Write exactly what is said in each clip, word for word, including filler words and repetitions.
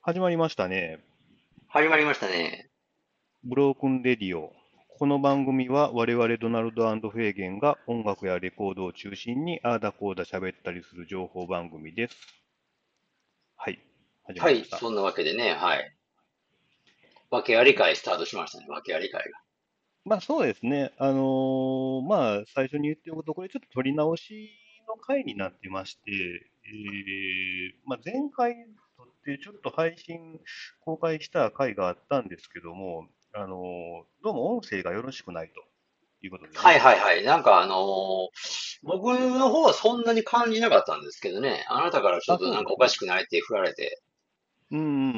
始まりましたね。 始まりましたね。 ブロークンレディオ。この番組は我々ドナルドフェーゲンが音楽やレコードを中心にあーだこーだ喋ったりする情報番組です。はい。始まはい、 りました。 そんなわけでね、はい。訳あり会スタートしましたね、訳あり会が。 まあそうですね。あのーまあ最初に言っておくと、これちょっと取り直しの回になってまして、えーまあ前回撮ってちょっと配信公開した回があったんですけども、あのーどうも音声がよろしくないということではね。 いはいはい。なんかあのー僕の方はそんなに感じなかったんですけどね、あなたからちょっあ、 となんかおかそうですね。 しくないって振られて。 うんうんうん。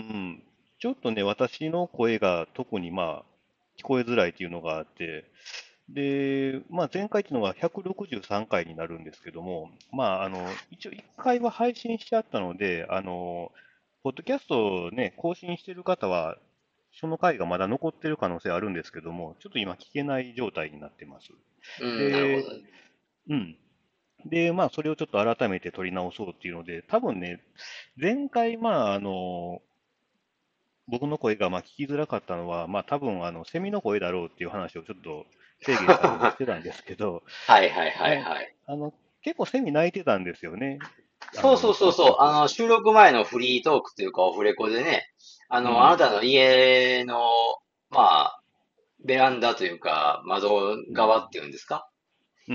ちょっとね、私の声が特にまあ、聞こえづらいっていうのがあって、で、まあ前回っていうのがひゃくろくじゅうさんかいになるんですけども、まああの、一応いっかいは配信しちゃったので、あの、ポッドキャストをね、更新してる方は、その回がまだ残ってる可能性あるんですけども、ちょっと今聞けない状態になってます。 うん、なるほで、 ど。 うん。で、まあそれをちょっと改めて取り直そうっていうので、多分ね、前回、まああの、僕の声がまあ聞きづらかったのは、まあ多分あのセミの声だろうっていう話をちょっと制限さんにもしてたんですけど、 はいはいはいあ、 はい。 あの、結構セミ鳴いてたんですよね。あそうの、うちのそうそうそう。あの、 近く。 収録前のフリートークというかオフレコでね、あの、あなうん。 たの家の、まあ、ベランダというか、窓うん。 側っていうんですか？ うん。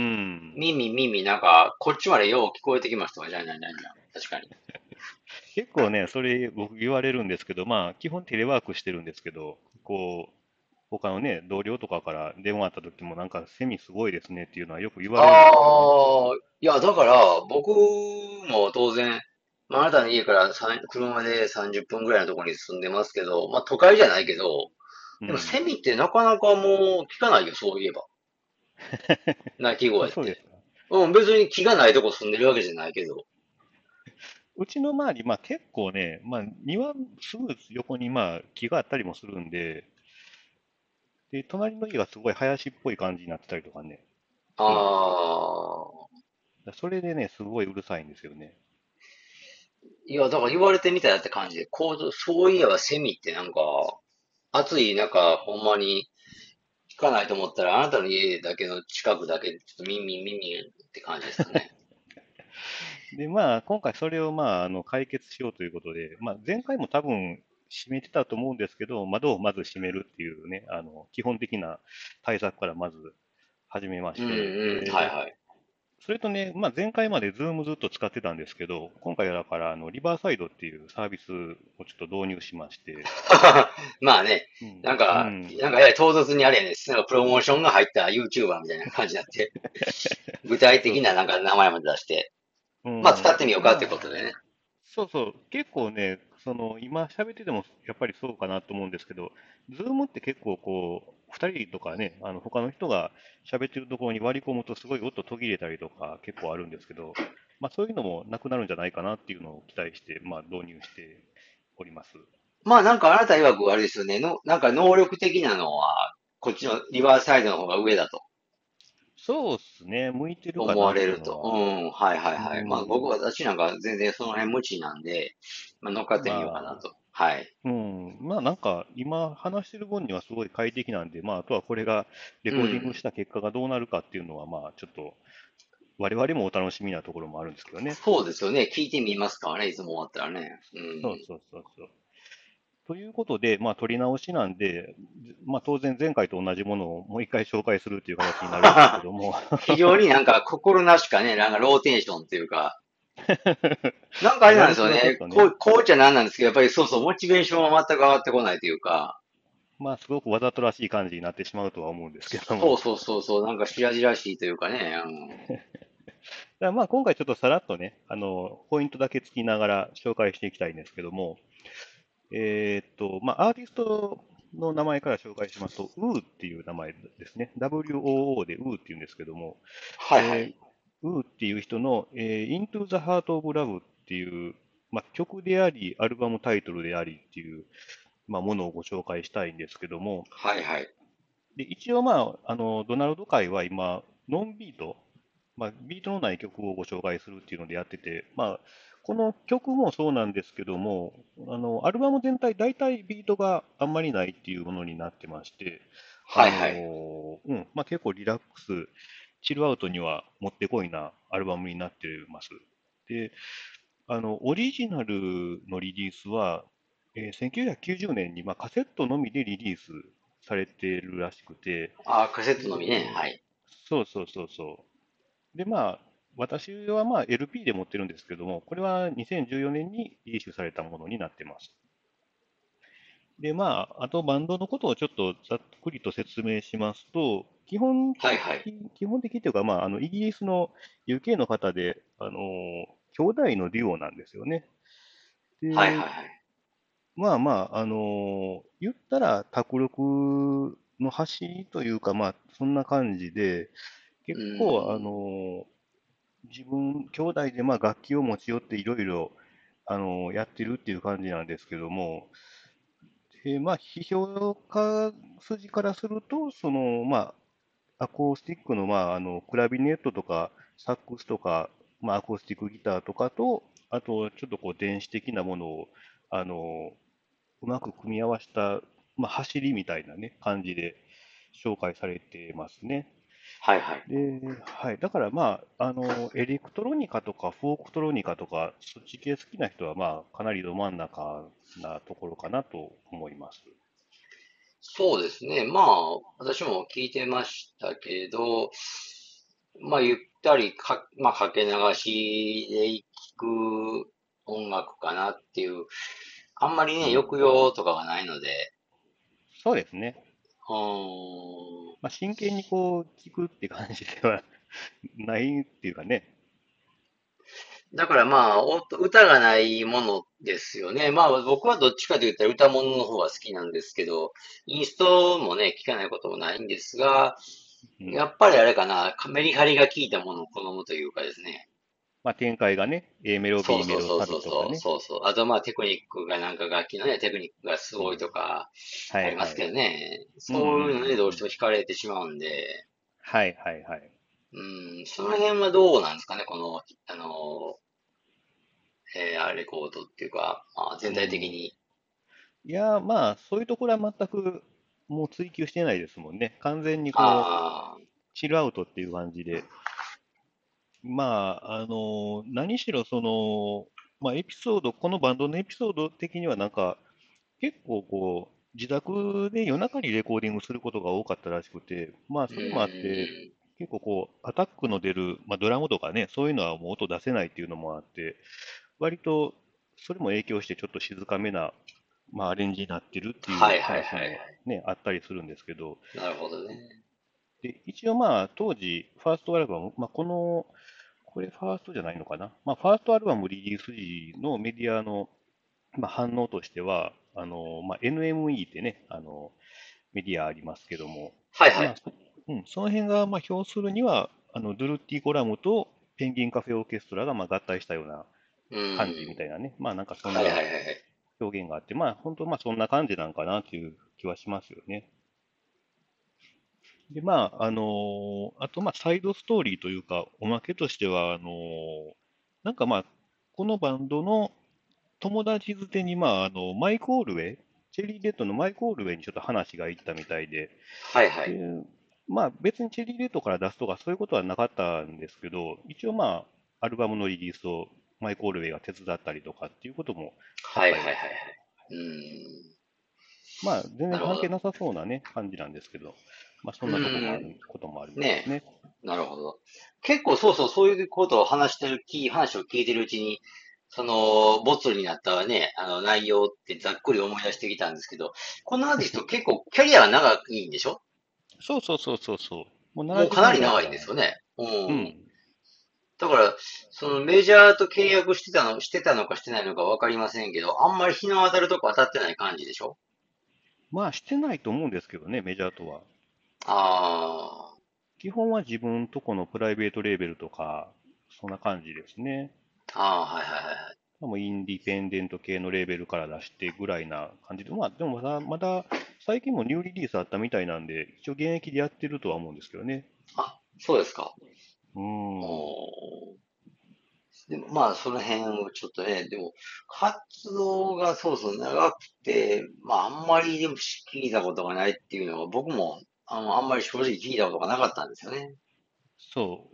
耳、耳、なんか、こっちまでよう聞こえてきましたわ。じゃあ、じゃあ、じゃあ、じゃあ確かに。 結構ね、それ僕言われるんですけど、まあ基本テレワークしてるんですけど、こう、他のね、同僚とかから電話あった時もなんかセミすごいですねっていうのはよく言われるんですよね。 ああ、いや、だから、僕も当然、まあ、あなたの家からさん車でさんじゅっぷんぐらいのところに住んでますけど、まあ、都会じゃないけど、でも、 うん。 セミってなかなかもう聞かないよ、そういえば。鳴きあ、 声って。 そうですか。 うん、別に木がないとこ住んでるわけじゃないけど。 うちの周り、まあ結構ね、まあ庭すぐ横にまあ木があったりもするんで、で、隣の家がすごい林っぽい感じになってたりとかね、するんですよ。 ああ、 だそれでね、すごいうるさいんですよね。 いや、だから言われてみたらって感じで、こう、そういえばセミってなんか、暑い中、ほんまに聞かないと思ったら、あなたの家だけの近くだけ、ちょっとミンミンミンミンって感じですかね。 で、まあ、今回それをまあ、あの、解決しようということで、まあ、前回も多分閉めてたと思うんですけど、窓をまず閉めるっていうね、あの、基本的な対策からまず始めまうんして、 うん、はいで、 はい。 それとね、まあ、前回まで Zoom ずっと使ってたんですけど、今回はだからあのリバーサイドっていうサービスをちょっと導入しまして、 まあね、 うん、 なんか、 うん、 なんかやや唐突にあれやね、なんかプロモーションが入った YouTuber みたいな感じになって、具体的ななんそうそうそか名前まで出して、 う、うまあ使ん、 ってみようかってことまあ、 でね。 そうそう、結構ね、その今喋っててもやっぱりそうかなと思うんですけど、Zoom って結構こう、ふたりとかね、あの他の人が喋ってるところに割り込むとすごい音途切れたりとか結構あるんですけど、まあそういうのもなくなるんじゃないかなっていうのを期待して、まあ導入しております。 まあなんかあなた曰くあれですよね、の、なんか能力的なのは、こっちのリバーサイドの方が上だとそうっすね。向いてるか思なっていうわれると。うのは。 ん、はいはいうはい。まあ僕、 ん。 私なんか全然その辺無知なんで、まあ乗っかってみようかなまあ、 と。はい。 うん。まあなんか、今話してる分にはすごい快適なんで、まああとはこれがレコーディングうん。 した結果がどうなるかっていうのは、まあちょっと我々もお楽しみなところもあるんですけどね。 そうですよね。聞いてみますからね、いつも終わったらね。うん。 そうそうそうそう。ということで、まあ取り直しなんで、まあ当然前回と同じものをもう一回紹介するっていう形になるんですけども。 非常になんか心なしかね、なんかローテーションっていうか、なんかあれなんやる気はちょっですよね。 とね、 こう、こうちゃなんなんですけど、やっぱりそうそう、モチベーションは全く上がってこないというか、 まあすごくわざとらしい感じになってしまうとは思うんですけども。 そうそうそうそう、なんか白々しいというかね、うん。 だからまあ今回ちょっとさらっとね、あの、ポイントだけつきながら紹介していきたいんですけども、えーっと、まあアーティストの名前から紹介しますと、ウーっていう名前ですね。ダブリューオーオー でウーっていうんですけども、えはいはい。 ー、ウーっていう人の、えー Into the Heart of Love っていう、まあ、曲であり、アルバムタイトルでありっていう、まあ、ものをご紹介したいんですけども、 はいはい。 で、一応まあ、あの、ドナルド会は今、ノンビート、まあ、ビートのない曲をご紹介するっていうのでやってて、まあ、 この曲もそうなんですけども、あの、アルバム全体、大体ビートがあんまりないっていうものになってまして、あのはいはい。 うん、まあ、結構リラックス、チルアウトにはもってこいなアルバムになってます。で、あの、オリジナルのリリースは、えーせんきゅうひゃくきゅうじゅうねんに、まあ、カセットのみでリリースされているらしくて、 ああ、カセットのみね。 で、 はい。 そうそうそうそう。で、まあ、私はまあ エルピー で持ってるんですけども、これはにせんじゅうよねんにリリースされたものになってます。で、まあ、あとバンドのことをちょっとざっくりと説明しますと、基本的、 はいはい。 基本的というか、まあ、あの、イギリスの ユーケー の方で、あの、兄弟のデュオなんですよね。で、 はいはいはい。 まあまあ、あの言ったら、卓力の走りというか、まあ、そんな感じで、 う結構、あーん。 の自分、兄弟でまあ楽器を持ち寄っていろいろ、あのやってるっていう感じなんですけども、で、まあ、批評家筋からすると、その、まあ、アコースティックの、まあ、あの、クラビネットとか、サックスとか、まあ、アコースティックギターとかと、あと、ちょっとこう、電子的なものを、あの、うまく組み合わせた、まあ、走りみたいなね、感じで紹介されてますね。 はいはい。 で、はい。だからまあ、あの、エレクトロニカとかフォークトロニカとか、そっち系好きな人はまあ、かなりど真ん中なところかなと思います。 そうですね。まあ、私も聞いてましたけど、まあ、ゆったりか、まあ、かけ流しで聞く音楽かなっていう、あんまりね、 うん。 抑揚とかがないので、 そうですね。 うーん。 まあ、真剣にこう、聞くって感じではないっていうかね。 だからまあ、お歌がないものですよね。まあ、僕はどっちかと言ったら歌物の方が好きなんですけど、インストもね、聞かないこともないんですが、 うん。 やっぱりあれかな、メリハリが効いたものを好むというかですね。 まあ、展開がね、A メロ、 そう B メそうロ、サそうそうそう、 ビとかね。 そうそう。あとまあテクニックがなんか楽器のね、テクニックがすごいうん。 とかはいはい。 ありますけどね。 うんうんうんそういうのでどうしうん。 ても惹かれてしまうんで、 はいはいはい。 うん、その辺はどうなんですかね、この、あの、えー、レコードっていうか、まあ、全体的うん。 に。 いやー、まあ、そういうところは全くもう追求してないですもんね。完全にこう、 あチルアウトっていう感じで。まあ、あの、何しろその、まあ、エピソード、このバンドのエピソード的にはなんか、結構こう、自宅で夜中にレコーディングすることが多かったらしくて、まあ、 ー、うそれもあって、 ーん、 結構こう、アタックの出る、まあ、ドラムとかね、そういうのはもう音出せないっていうのもあって、割と、それも影響してちょっと静かめな、まあ、アレンジになってるっていうはいはいはいはい。 話もね、あったりするんですけど、 なるほどね。 で、一応まあ、当時、ファーストアルバム、まあ、この、これファーストじゃないのかな。まあ、ファーストアルバムリリース時のメディアの、まあ、反応としては、あの、まあ、エヌエムイー ってね、あの、メディアありますけども、まあ、 はいはい。 そうん、その辺が、まあ、表するには、あの、ドゥルッティコラムとペンギンカフェオーケストラが、まあ、合体したようなう感じみーん。 たいなね。まあ、なんかそんはいはないはいはい。 表現があって、まあ、本当、まあ、そんな感じなんかなという気はしますよね。で、まあ、あのあと、まあ、サイドストーリーというか、おまけとしては、あのなんかまあ、このバンドの友達づてに、まあ、あの、マイク・オールウェイ、チェリー・レッドのマイク・オールウェイにちょっと話がいったみたいで、 はいはい。 で、まあ、別にチェリー・レッドから出すとかそういうことはなかったんですけど、一応まあ、アルバムのリリースをマイク・オールウェイが手伝ったりとかっていうこともあっはいたようです。 はいはいはい。うーん。 まあ、全然なるほど。 関係なさそうなね、感じなんですけど、まあ、そうんなとこもあーん。 る、こともあるみたいでねすね。 え。なるほど。結構そうそう、そういうことを話してる、き話を聞いてるうちに、その、ボツになったね、あの内容ってざっくり思い出してきたんですけど、このアーティスト結構キャリアが長いんでしょ？ そうそうそうそうそう。もうもう 70 かなり長いん年代から、 ですよね。うん。 うん。 だから、そのメジャーと契約してたの、してたのかしてないのかわかりませんけど、あんまり日の当たるとこ当たってない感じでしょ？ まあ、してないと思うんですけどね、メジャーとは。 あ基本は自分とこのプライベートレーベルとか、そんな感じですね。 あ、ああ、はいはいはいはい。 もうインディペンデント系のレーベルから出してぐらいな感じで、まあ、でもさ、まだ最近もニューリリースあったみたいなんで、一応現役でやってるとは思うんですけどね。 あ、そうですか。 うーおん。 ー、 でもまあ、その辺をちょっとね、でも、活動がそうそう長くて、まあ、あんまりでも聞いたことがないっていうのは、僕も、あの、あんまり正直聞いたことがなかったんですよね。 そう。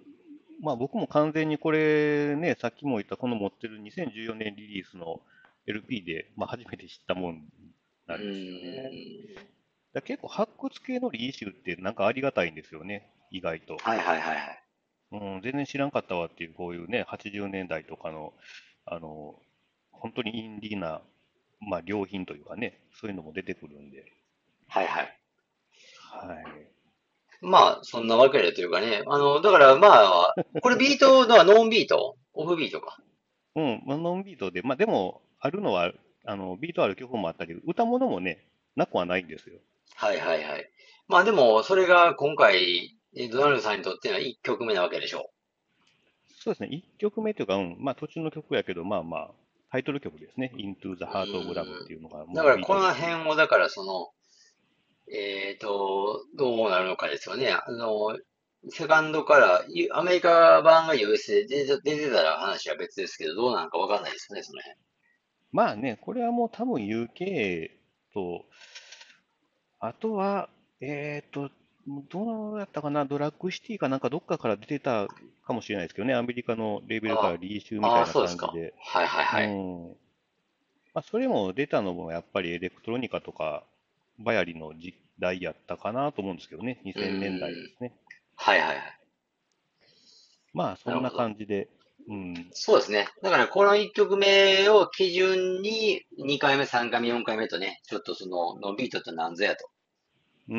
まあ僕も完全にこれね、さっきも言ったこの持ってるにせんじゅうよねんリリースの エルピー で、まあ、初めて知ったもんうなんですよね。 ーん。 だから結構発掘系のリーシュってなんかありがたいんですよね、意外と。 はいはいはいはい。 うん、全然知らんかったわっていう、こういうね、はちじゅうねんだいとかの、あの、本当にインディーな、まあ良品というかね、そういうのも出てくるんで、 はいはい。 はい。 まあ、そんなわけでというかね。あの、だからまあ、これビートのはノンビートオフビートか。 うん、まあ、ノンビートで、まあでも、あるのは、あの、ビートある曲もあったり、歌物もね、なくはないんですよ。 はいはいはい。まあでも、それが今回、えドナルドさんにとってはいっきょくめなわけでしょそうですね、いっきょくめというか、うん、まあ途中の曲やけど、まあまあ、タイトル曲ですね、Into the う。う Heart of Love っーん。 ていうのが、まあビーだからこのトですし、 辺を、だからその、えっと、どうなるのかですよね。あの、セカンドから、ゆアメリカ版が ユーエス で出て出てたら話は別ですけど、どうなのかわかんないですよね、その辺。 まあね、これはもう多分 ユーケー と、あとは、えっと、どうやったかな、ドラッグシティかなんかどっかから出てたかもしれないですけどね、アメリカのレーベルからあ、 リーシューみああ、 たいなそうですか。 感じで。 はいはいうはい。 ん。まあ、それも出たのもやっぱりエレクトロニカとか、バヤリの時代やったかなと思うんですけどね、 うーにせんねんだいでん。 すね。 はいはいはい。 まあ、そんななるほど。 感じで、うん。 そうですね。だからこのいっきょくめを基準ににかいめ、さんかいめ、よんかいめとね、ちょっとその、のビートって何ぞやとうん。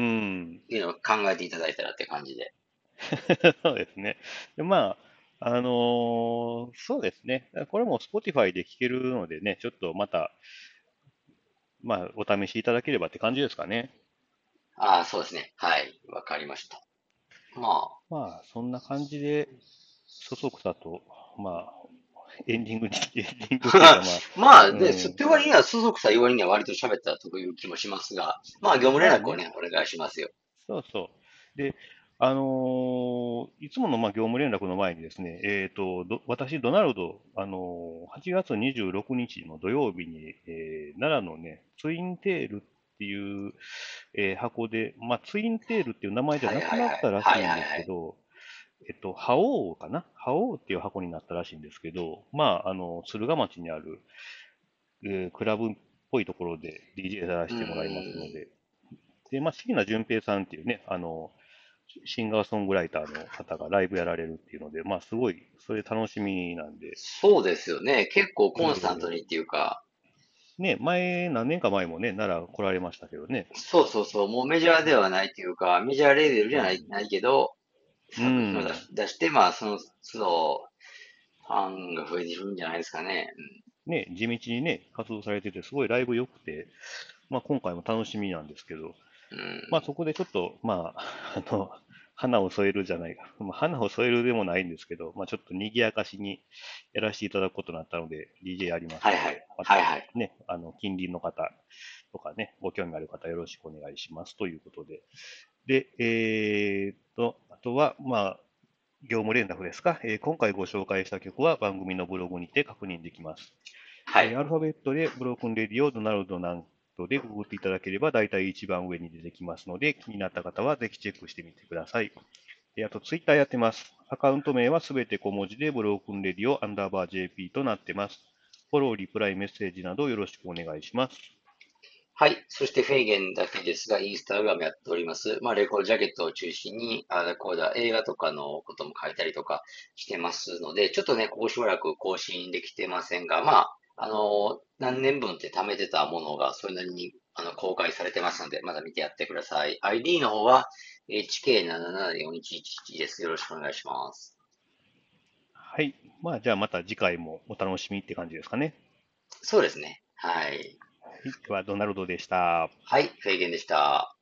いうのを考えていただいたらって感じで。 そうですね。で、まあ、あのーそうですね。これも Spotify で聴けるのでね、ちょっとまた、まあ、お試しいただければって感じですかね。 ああ、そうですね。はい。わかりました。まあ、 まあ、そんな感じで、そそくさと、まあ、エンディングに、エンディングっていうか、まあ、 まあ、で、そうん、 って割には、鈴さい割には割と喋ったという気もしますが、まあ、業務連まあね、 絡をね、お願いしますよ。 そうそう。で、あのーいつものまあ業務連絡の前にですね、えっと、ど私、ドナルド、あのーはちがつにじゅうろくにちの土曜日に、えー奈良のね、ツインテールっていう、えー箱で、まあ、ツインテールっていう名前じゃはいなくなったはいはい。はいらしいんですはいはい。 けど、えっと、覇王かな覇王っていう箱になったらしいんですけど、まあ、あの、敦賀町にある、えークラブっぽいところで ディージェー やらうせてもらいますのーん。 で、で、まあ、椎名淳平さんっていうね、あの、シンガーソングライターの方がライブやられるっていうので、まあ、すごい、それ楽しみなんで、 そうですよね。結構コンスタントにっえていうか、 ーね、前、何年か前もね、奈良来られましたけどね。 そうそうそう、もうメジャーではないっていうか、メジャーレベルじゃない、 うん。 ないけど、 う作品を出ん。 し、出して、まあ、その都度、ファンが増えてるんじゃないですかね。 ね、地道にね、活動されてて、すごいライブ良くて、まあ、今回も楽しみなんですけど、 うん。うん。 まあ、そこでちょっと、まあ、あの、花を添えるじゃないか。まあ、花を添えるでもないんですけど、まあ、ちょっと賑やかしにやらせていただくことになったので、ディージェー やりますはいはい。 ので、またはいはい。 ね、あの、近隣の方とかね、ご興味ある方よろしくお願いしますということで。で、えーっと、あとは、まあ、業務連絡ですか。えー今回ご紹介した曲は番組のブログにて確認できます。 はい。 えーアルファベットでブロークンレディオドナルドナントでググっていただければ大体一番上に出てきますので、気になった方はぜひチェックしてみてください。であと、ツイッターやってます。アカウント名はすべて小文字でブロークンレディオアンダーバー ジェーピー となってます。フォロー、リプライ、メッセージなどよろしくお願いします。 はい。そしてフェーゲンだけですが、インスタグラムやっております。まあ、レコードジャケットを中心に、あーこうだ、映画とかのことも書いたりとかしてますので、ちょっとね、ここしばらく更新できてませんが、まあ、あの何年分って貯めてたものが、それなりに、あの、公開されてますので、まだ見てやってください。アイディー の方は、エイチケーななななよんいちいちいち です。よろしくお願いします。 はい。まあ、じゃあまた次回もお楽しみって感じですかね。 そうですね。はい。 はい。では、ドナルドでした。 はい。フェーゲンでした。